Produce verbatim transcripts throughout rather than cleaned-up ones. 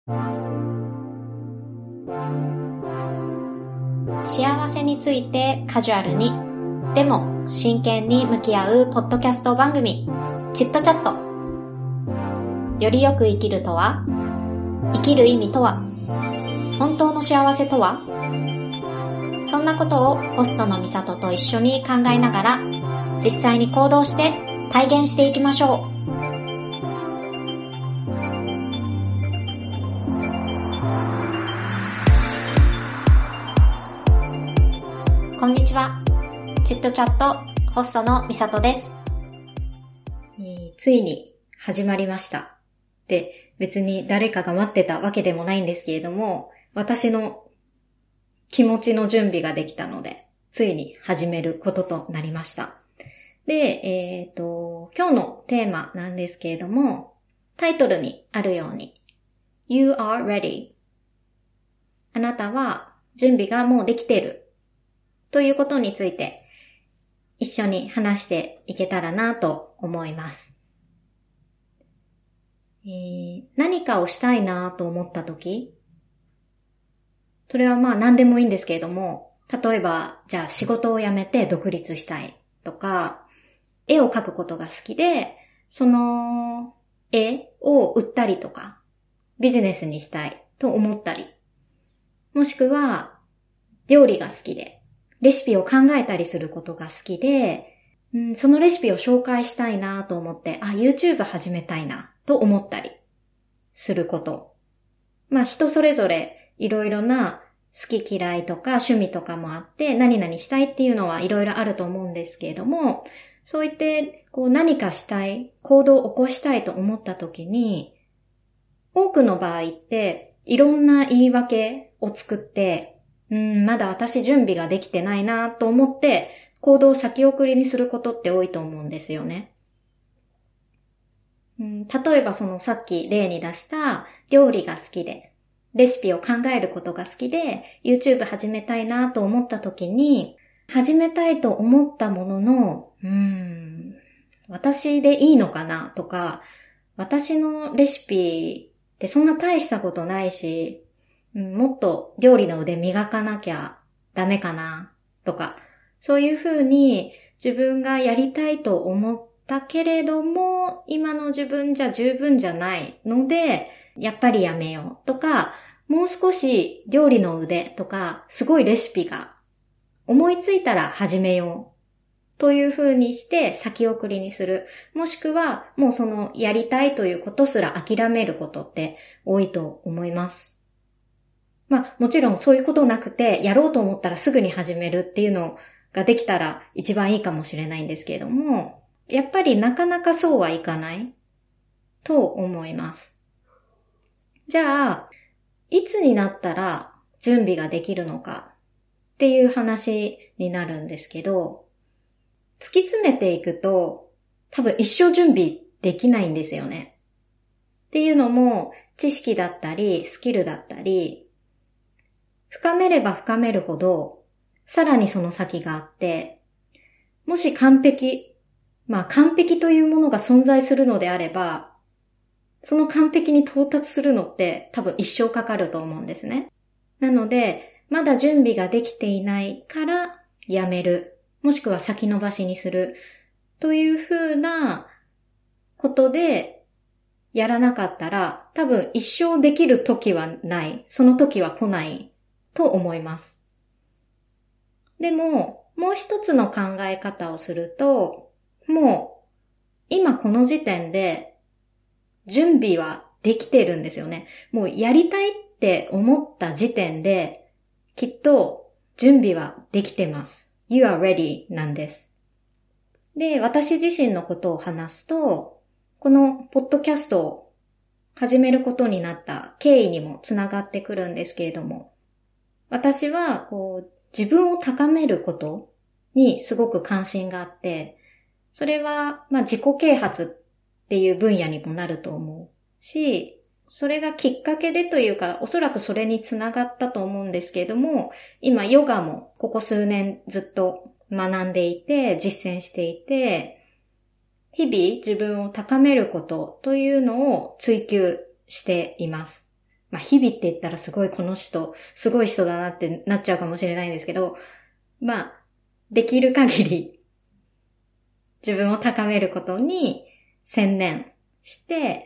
幸せについてカジュアルに、でも真剣に向き合うポッドキャスト番組、チットチャット。よりよく生きるとは？生きる意味とは？本当の幸せとは？そんなことをホストのミサトと一緒に考えながら、実際に行動して体現していきましょう。こんにちは。チットチャットホストのミサトです。えー、ついに始まりました。で、別に誰かが待ってたわけでもないんですけれども、私の気持ちの準備ができたので、ついに始めることとなりました。で、えっと、今日のテーマなんですけれども、タイトルにあるように、You are ready。あなたは準備がもうできている。ということについて一緒に話していけたらなと思います。えー、何かをしたいなと思ったとき、それはまあ何でもいいんですけれども、例えばじゃあ仕事を辞めて独立したいとか、絵を描くことが好きで、その絵を売ったりとか、ビジネスにしたいと思ったり、もしくは料理が好きで、レシピを考えたりすることが好きで、うん、そのレシピを紹介したいなと思って、あ、YouTube 始めたいなと思ったりすること。まあ人それぞれいろいろな好き嫌いとか趣味とかもあって、何々したいっていうのはいろいろあると思うんですけれども、そう言ってこう何かしたい、行動を起こしたいと思った時に、多くの場合っていろんな言い訳を作って、うん、まだ私準備ができてないなと思って行動を先送りにすることって多いと思うんですよね。うん、例えばそのさっき例に出した料理が好きで、レシピを考えることが好きで YouTube 始めたいなと思った時に、始めたいと思ったものの、うーん、私でいいのかなとか、私のレシピってそんな大したことないし、もっと料理の腕磨かなきゃダメかなとか、そういうふうに自分がやりたいと思ったけれども、今の自分じゃ十分じゃないので、やっぱりやめようとか、もう少し料理の腕とか、すごいレシピが思いついたら始めようというふうにして先送りにする。もしくはもうそのやりたいということすら諦めることって多いと思います。まあもちろんそういうことなくてやろうと思ったらすぐに始めるっていうのができたら一番いいかもしれないんですけれども、やっぱりなかなかそうはいかないと思います。じゃあ、いつになったら準備ができるのかっていう話になるんですけど、突き詰めていくと多分一生準備できないんですよね。っていうのも知識だったりスキルだったり、深めれば深めるほど、さらにその先があって、もし完璧、まあ完璧というものが存在するのであれば、その完璧に到達するのって多分一生かかると思うんですね。なので、まだ準備ができていないからやめる、もしくは先延ばしにするというふうなことでやらなかったら、多分一生できる時はない、その時は来ないと思います。でも、もう一つの考え方をすると、もう今この時点で準備はできてるんですよね。もうやりたいって思った時点で、きっと準備はできてます。You are ready なんです。で、私自身のことを話すと、このポッドキャストを始めることになった経緯にもつながってくるんですけれども、私はこう自分を高めることにすごく関心があって、それはまあ自己啓発っていう分野にもなると思うし、それがきっかけでというか、おそらくそれにつながったと思うんですけれども、今ヨガもここ数年ずっと学んでいて、実践していて、日々自分を高めることというのを追求しています。 まあ日々って言ったらすごいこの人、すごい人だなってなっちゃうかもしれないんですけど、まあ、できる限り自分を高めることに専念して、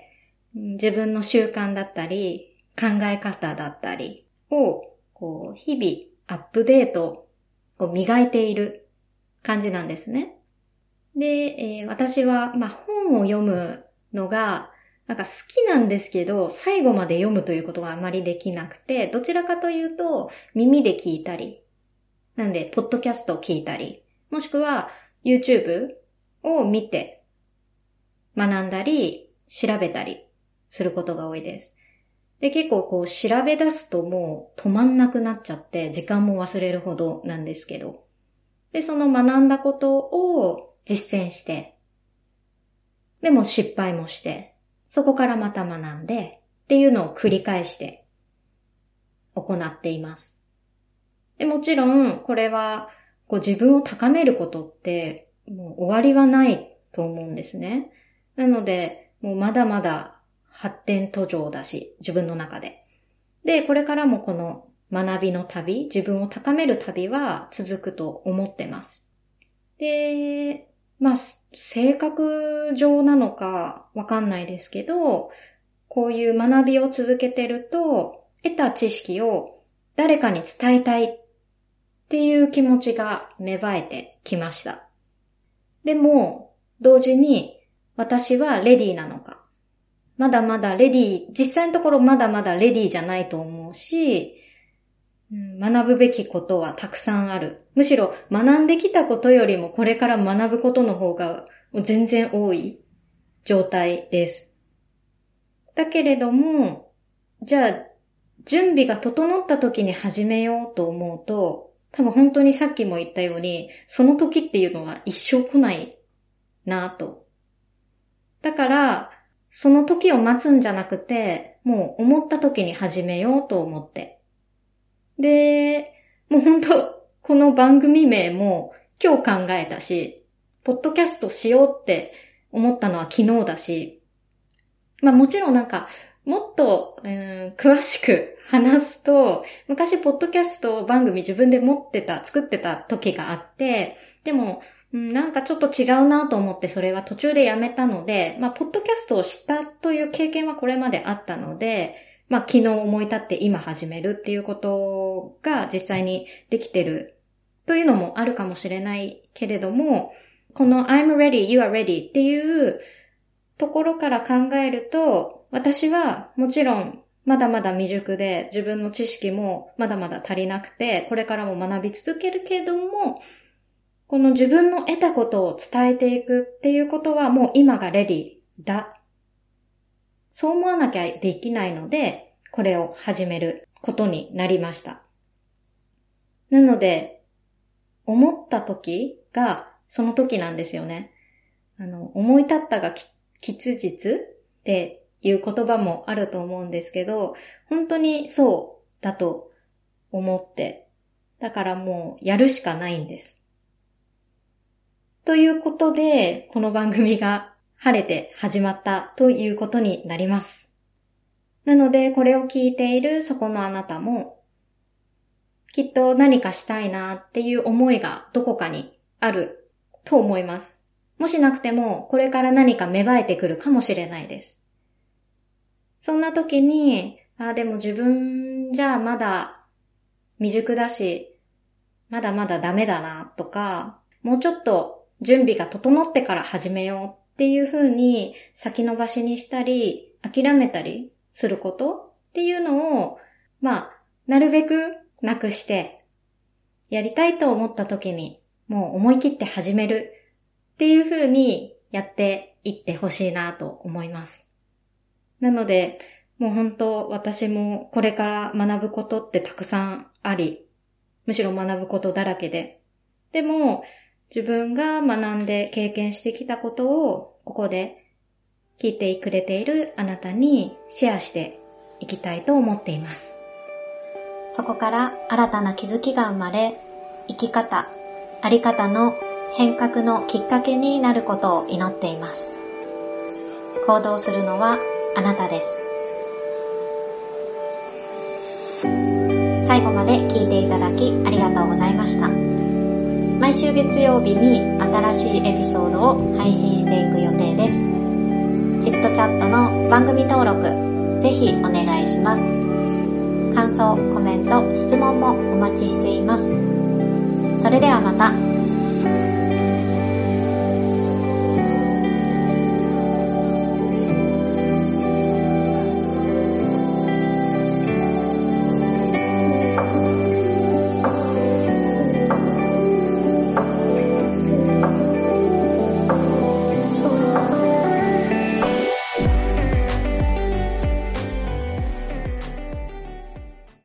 自分の習慣だったり、考え方だったりを、こう、日々アップデートを磨いている感じなんですね。で、えー、私は、まあ、本を読むのが、なんか好きなんですけど、最後まで読むということがあまりできなくて、どちらかというと、耳で聞いたり、なんで、ポッドキャストを聞いたり、もしくは YouTube を見て学んだり、調べたりすることが多いです。で、結構こう調べ出すともう止まんなくなっちゃって、時間も忘れるほどなんですけど。で、その学んだことを実践して、でも失敗もして、そこからまた学んで、っていうのを繰り返して行っています。で、もちろん、これは、こう自分を高めることって、もう終わりはないと思うんですね。なので、もうまだまだ発展途上だし、自分の中で。で、これからもこの学びの旅、自分を高める旅は続くと思ってます。で、まあ、性格上なのかわかんないですけど、こういう学びを続けてると、得た知識を誰かに伝えたいっていう気持ちが芽生えてきました。でも、同時に私はレディーなのか。まだまだレディー、実際のところまだまだレディーじゃないと思うし、学ぶべきことはたくさんある。むしろ学んできたことよりもこれから学ぶことの方が全然多い状態です。だけれども、じゃあ準備が整った時に始めようと思うと、多分本当にさっきも言ったように、その時っていうのは一生来ないなぁと。だから、その時を待つんじゃなくて、もう思った時に始めようと思って。で、もう本当この番組名も今日考えたし、ポッドキャストしようって思ったのは昨日だし、まあもちろんなんか、もっと、うん、詳しく話すと、昔ポッドキャスト番組自分で持ってた、作ってた時があって、でも、なんかちょっと違うなと思ってそれは途中でやめたので、まあ、ポッドキャストをしたという経験はこれまであったので、まあ、昨日思い立って今始めるっていうことが実際にできてるというのもあるかもしれないけれども、この I'm ready, you are ready っていうところから考えると、私はもちろんまだまだ未熟で自分の知識もまだまだ足りなくて、これからも学び続けるけれども、この自分の得たことを伝えていくっていうことはもう今がレディだ。そう思わなきゃできないので、これを始めることになりました。なので、思った時がその時なんですよね。あの、思い立ったが吉日っていう言葉もあると思うんですけど、本当にそうだと思って、だからもうやるしかないんです。ということで、この番組が晴れて始まったということになります。なので、これを聞いているそこのあなたも、きっと何かしたいなっていう思いがどこかにあると思います。もしなくても、これから何か芽生えてくるかもしれないです。そんな時に、あ、でも自分じゃまだ未熟だし、まだまだダメだなとか、もうちょっと準備が整ってから始めようっていう風に先延ばしにしたり、諦めたりすることっていうのを、まあ、なるべくなくして、やりたいと思った時にもう思い切って始めるっていう風にやっていってほしいなと思います。なので、もう本当私もこれから学ぶことってたくさんあり、むしろ学ぶことだらけで、でも自分が学んで経験してきたことをここで聞いてくれているあなたにシェアしていきたいと思っています。そこから新たな気づきが生まれ、生き方、あり方の変革のきっかけになることを祈っています。行動するのはあなたです。 最後まで聞いていただきありがとうございました。毎週月曜日に新しいエピソードを配信していく予定です。チットチャットの番組登録、ぜひお願いします。感想、コメント、質問もお待ちしています。それではまた。